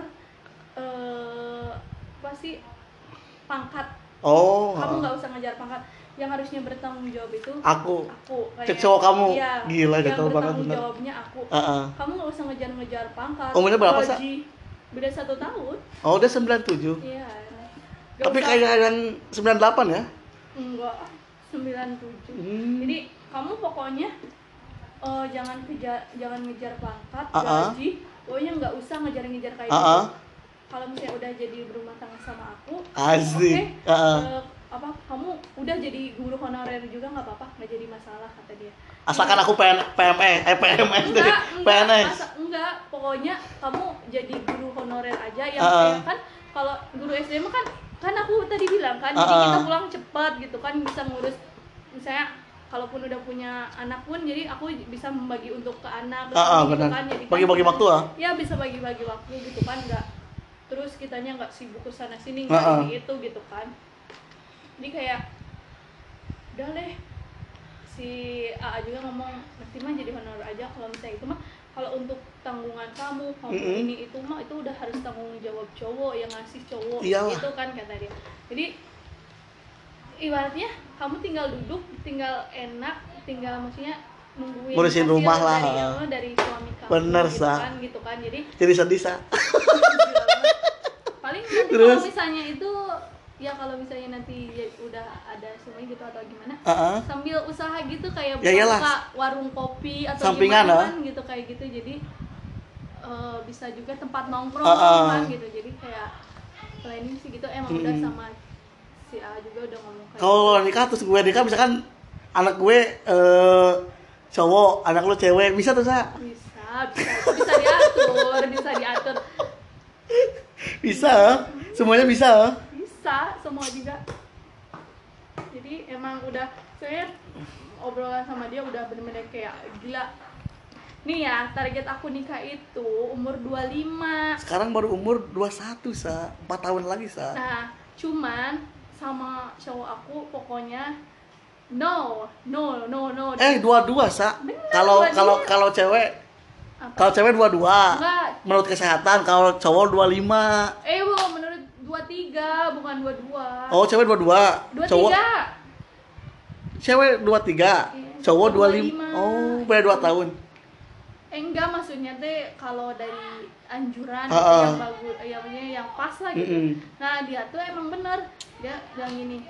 eh, apa sih pangkat. Oh. Kamu nggak usah ngejar pangkat. Yang harusnya bertanggung jawab itu Aku. aku Cek cowok kamu. Iya, Gila, yang jatuh banget bertanggung bener. jawabnya aku. Uh-uh. Kamu nggak usah ngejar-ngejar pangkat. Umurnya berapa, Sa? gaji. Beda satu tahun. Oh, udah sembilan puluh tujuh. Iya. Nggak Tapi usah- kayak yang sembilan puluh delapan ya? enggak sembilan puluh tujuh. Hmm. Jadi kamu pokoknya eh, jangan kejar jangan ngejar pangkat, Uh-uh. gaji. Pokoknya nggak usah ngejar-ngejar kayak Uh-uh. gitu. Kalau misalnya udah jadi berumah tangga sama aku, Asik. oke, Uh-uh. eh, apa kamu udah jadi guru honorer juga nggak apa-apa, nggak jadi masalah kata dia. Asalkan aku P N P M E, eh P M S deh, Enggak, P N enggak, S. masa, enggak, pokoknya kamu jadi guru honorer aja yang Uh-uh. kayak kan kalau guru S D mah kan kan aku tadi bilang kan, jadi Uh-uh. kita pulang cepat gitu kan, bisa ngurus misalnya kalaupun udah punya anak pun, jadi aku bisa membagi untuk ke anak Uh-uh, gitu benar. kan, jadi kan Bagi-bagi kita- waktu, ah? ya bisa bagi-bagi waktu gitu kan, enggak terus kitanya nggak sibuk ke sana sini Uh-uh. nggak ini itu gitu kan. Jadi kayak udah deh, si A A juga ngomong nanti mah jadi honorer aja, kalau misalnya itu mah kalau untuk tanggungan kamu kamu Mm-mm. ini itu mah itu udah harus tanggung jawab cowok yang ngasih cowok. Iyalah. Gitu kan kata dia. Jadi ibaratnya kamu tinggal duduk, tinggal enak, tinggal maksudnya nungguin Ngurusin hasil rumah lah. dari, eh, dari suami kamu. Bener, gitu Sa. kan, gitu kan. Jadi Jadi sedih, Sa. paling nanti Terus? kalau misalnya itu ya kalau misalnya nanti ya udah ada suami gitu atau gimana, Uh-uh. sambil usaha gitu kayak Ya iyalah. buka warung kopi atau Sampingan, gimana ah. kan gitu kayak gitu, jadi eh, bisa juga tempat nongkrong Ah, ah. kan gitu, jadi kayak planning sih gitu emang udah Mm-mm. sama si A juga udah ngomong kayak Kalau nikah terus gue nikah misalkan anak gue eh cowok, anak lu cewek, bisa tuh, Sa? bisa bisa bisa diatur bisa diatur Bisa. Semuanya bisa. bisa semua juga. Jadi emang udah saya obrolan sama dia udah bener-bener kayak gila. Nih ya, target aku nikah itu umur dua puluh lima. Sekarang baru umur dua puluh satu, Sa. empat tahun lagi, Sa. Nah, cuman sama cowok aku pokoknya no, no, no, no. Eh, dua puluh dua, Sa. Bener, Kalau dua kalau dia. kalau cewek Apa? kalau cewek dua puluh dua. Enggak. Menurut kesehatan, kalau cowok dua puluh lima. Eh, bu, menurut dua puluh tiga bukan dua puluh dua. Oh, cewek dua puluh dua. dua puluh Cowok tiga. cewek dua puluh tiga. Iya, Cowok dua dua puluh puluh lima. lima. Oh, beda dua tahun. Eh enggak, maksudnya teh kalau dari anjuran Ah, gitu, ah. yang bagus, yang maksudnya yang pas lah gitu. Mm-mm. Nah dia tuh emang bener, dia bilang gini,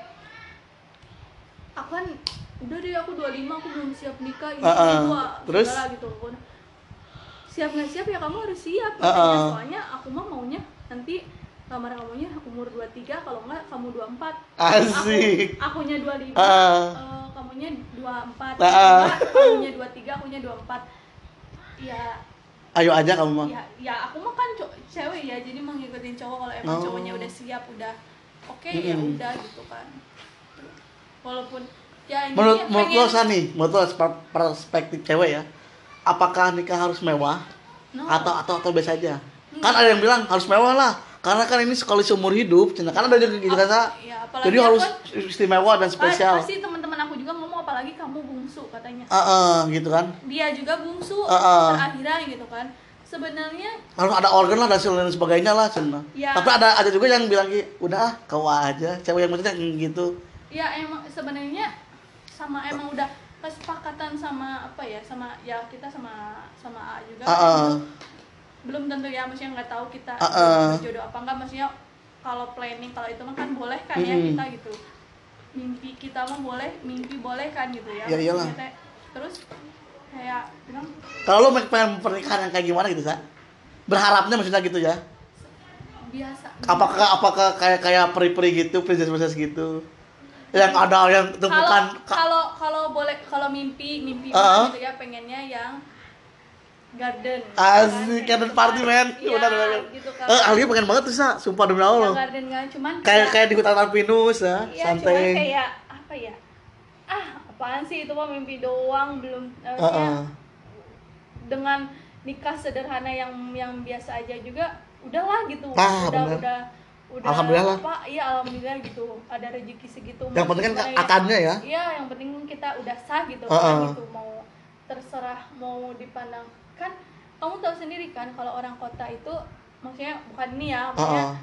aku kan udah deh aku dua puluh lima aku belum siap nikah gitu, Ah, ah. gitu ah, Terus? segala gitu. Aku, siap nggak siap ya kamu harus siap, Ah, katanya. ah. Soalnya aku mah maunya nanti lamar kamunya umur dua puluh tiga, kalau enggak kamu dua puluh empat. Asik. Aku, akunya dua puluh lima, Ah. eh, kamunya dua puluh empat. Ah. Enggak, kamunya dua puluh tiga, akunya dua puluh empat. Ya Ayo aja kamu mah. ya ya aku mah kan co- cewek ya, jadi mau ngikutin cowok kalau emang Oh. cowoknya udah siap, udah oke ya Mm-mm. udah gitu kan. Walaupun ya Menurut intinya menurut lo, pengen- Sa, nih, menurut lo per- perspektif cewek ya, apakah nikah harus mewah No. atau atau atau biasa aja? Hmm. Kan ada yang bilang harus mewah lah, karena kan ini sekali seumur hidup, cina. Kan ada juga gitu kan, Sa. ya, apalagi Jadi aku harus kan- istimewa dan spesial. Pasti teman-teman aku juga ngomong apalagi kamu bungsu katanya. Heeh, gitu kan. Dia juga bungsu Ah, ah. terakhiran gitu kan. Sebenarnya Harus ada organ lah dan lain sebagainya lah, cina. Ya. Tapi ada ada juga yang bilang gitu, udah ah, kau aja, cewek yang maksudnya gitu. ya emang sebenarnya sama emang udah kesepakatan sama apa ya, sama ya kita sama sama A juga Ah, kan ah. gitu. Belum tentu ya, maksudnya nggak tahu kita Ah, ah. berjodoh apa enggak, maksudnya kalau planning kalau itu mah kan boleh kan ya Mm-mm. kita gitu, mimpi kita mah boleh, mimpi boleh kan gitu ya. Ya iyalah. Maksudnya teh, terus kayak bilang Kalau lo pengen pernikahan yang kayak gimana gitu, Sa? Berharapnya maksudnya gitu ya. biasa. Apakah apakah kayak kayak peri-peri gitu, princess-princess gitu? Yang ada yang kalau tumpukan ka- kalau kalau boleh, kalau mimpi mimpi Ah. mah gitu ya, pengennya yang garden. Asik, kan, garden gitu party, kan. men. Iya, Benar, benar. gitu kan. Eh, Alia pengen banget tuh, Sa. Sumpah demi Ya, Allah. garden kan, cuman Kayak kayak di hutan Alpinus ya, iya, cuman santai. kayak apa ya? Ah, apaan sih itu mah mimpi doang, belum eh, Heeh. ya, dengan nikah sederhana yang yang biasa aja juga udahlah gitu. Ah, udah bener. udah udah Alhamdulillah lah. apa iya alhamdulillah gitu ada rezeki segitu. Yang penting kan Maksudnya akadnya ya. Iya, yang penting kita udah sah gitu Uh-uh. kan gitu, mau terserah mau dipandang kan kamu tahu sendiri kan kalau orang kota itu maksudnya bukan ini ya maksudnya Uh-uh.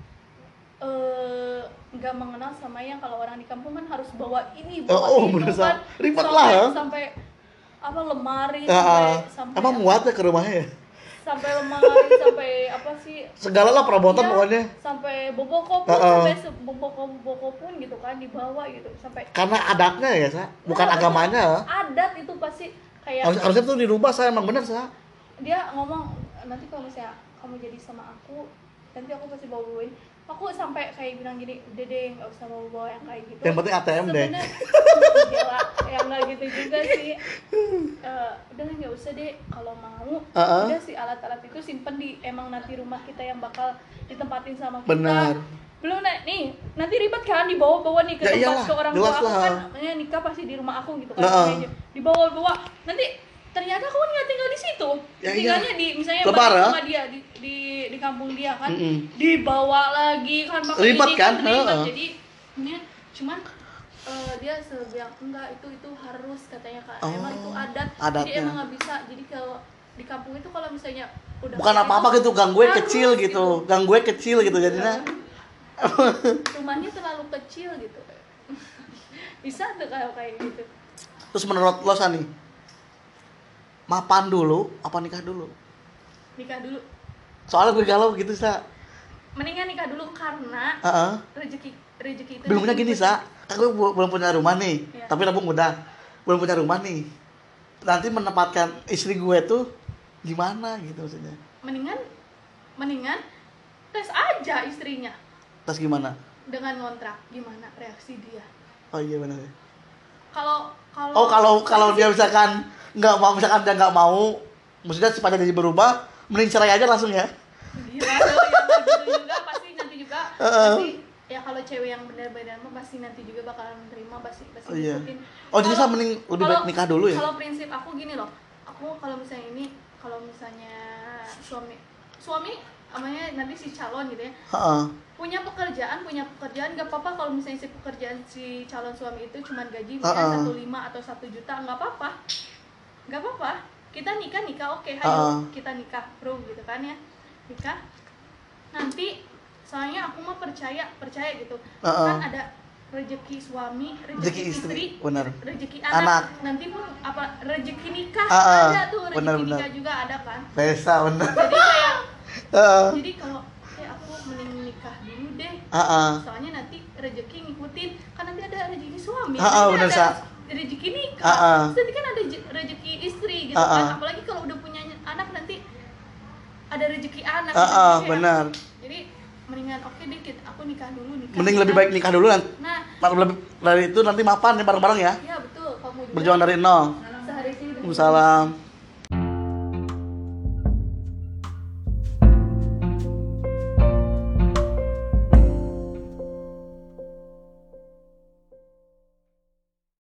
eh, nggak mengenal sama yang kalau orang di kampung kan harus bawa ini Oh, bawa oh, itu bener, kan Sa. Ribet sampai, lah, ya. sampai apa lemari Uh-uh. sampai sampai Emang muat ya ke rumahnya ya? sampai lemari sampai apa sih Segala lah perabotan ya, pokoknya. sampai boboko pun Uh-uh. sampai se- boboko boboko pun gitu kan dibawa gitu sampai Karena adatnya ya, Sa. Bukan Nah, agamanya. Ya. adat itu pasti kayak Harus, harusnya tuh dirubah, Sa. Emang bener, Sa. dia ngomong nanti kalau misalnya kamu jadi sama aku nanti aku pasti bawa bawain aku sampai kayak bilang gini udah deh nggak usah bawa bawa yang kayak gitu Yang penting A T M deh. Sebenarnya gila ya nggak gitu juga sih. Eh, udah nggak usah deh kalau mau Uh-uh. udah si alat-alat itu simpen di emang nanti rumah kita yang bakal ditempatin sama kita. Benar. Belum na- nih nanti ribet kan dibawa-bawa nih ke Ya tempat iyalah, ke orang tua jelas aku lah. kan makanya nikah pasti di rumah aku gitu kan. Uh-uh. Kayaknya dibawa-bawa nanti ternyata aku nggak tinggal di situ, Ya, tinggalnya iya. di misalnya Lebar, balik ya? sama dia di, di di kampung dia kan, Mm-mm. dibawa lagi kan pakai Ribet ini kan? ribet. Heeh. Jadi ini cuman eh, dia sebilang enggak itu itu harus katanya kan, Oh, emang itu adat, adatnya. jadi emang nggak bisa. Jadi kalau di kampung itu kalau misalnya udah Bukan kayak apa-apa gitu, gang gue harus kecil gitu. Gang gue kecil gitu jadinya. rumahnya terlalu kecil gitu. Bisa tuh kalau kayak gitu. Terus menurut lo, Sani, mapan dulu apa nikah dulu? Nikah dulu. Soalnya gue galau gitu, Sa. Mendingan nikah dulu karena Heeh. rezeki rezeki itu Belumnya gini, Sa. Kan gue bu- belum punya rumah nih, Iya. tapi nabung udah. Belum punya rumah nih. Nanti menempatkan istri gue tuh gimana gitu maksudnya. mendingan mendingan tes aja istrinya Terus gimana? dengan kontrak gimana reaksi dia. Oh iya benar. Kalau kalau Oh kalau kalau dia misalkan nggak mau, misalkan dia nggak mau, maksudnya sifatnya jadi berubah, mending cerai aja langsung ya. gila tuh yang kayak gitu juga pasti nanti juga Heeh. pasti ya kalau cewek yang benar-benar mah pasti nanti juga bakalan menerima pasti pasti Oh, iya. ngikutin. Oh jadi Kalau- saya mending lebih kalau- baik nikah dulu ya? Kalau prinsip aku gini loh, aku kalau misalnya ini kalau misalnya suami suami namanya nanti si calon gitu ya Heeh. punya pekerjaan punya pekerjaan nggak apa-apa kalau misalnya si pekerjaan si calon suami itu cuma gaji Uh-uh. misalnya satu lima atau satu juta nggak apa-apa nggak apa-apa kita nikah nikah oke hayo Uh-uh. kita nikah bro gitu kan ya nikah nanti soalnya aku mah percaya percaya gitu Uh-uh. kan ada rezeki suami rezeki Rezeki istri, istri, benar. rezeki Anak. anak. Nanti pun apa rezeki nikah Uh-uh. ada tuh rezeki Benar, benar. nikah juga ada kan Pesta bener. jadi kayak Heeh. jadi kalau eh aku mending nikah dulu deh Heeh. soalnya nanti rezeki ngikutin kan nanti ada rezeki suami Ah, ah, nanti bener, ada Sa. rezeki nikah Ah, ah. terus nanti kan ada je- rezeki istri gitu Ah, kan ah. apalagi kalau udah punya anak nanti ada rezeki anak Heeh, gitu ya. benar. jadi mendingan oke deh Kit, aku nikah dulu nikah Mending nikah. lebih baik nikah dulu nanti. nah Lebih dari itu nanti mapan ya bareng-bareng ya. ya betul kamu juga Berjuang dari nol. sehari sih Waalaikumsalam.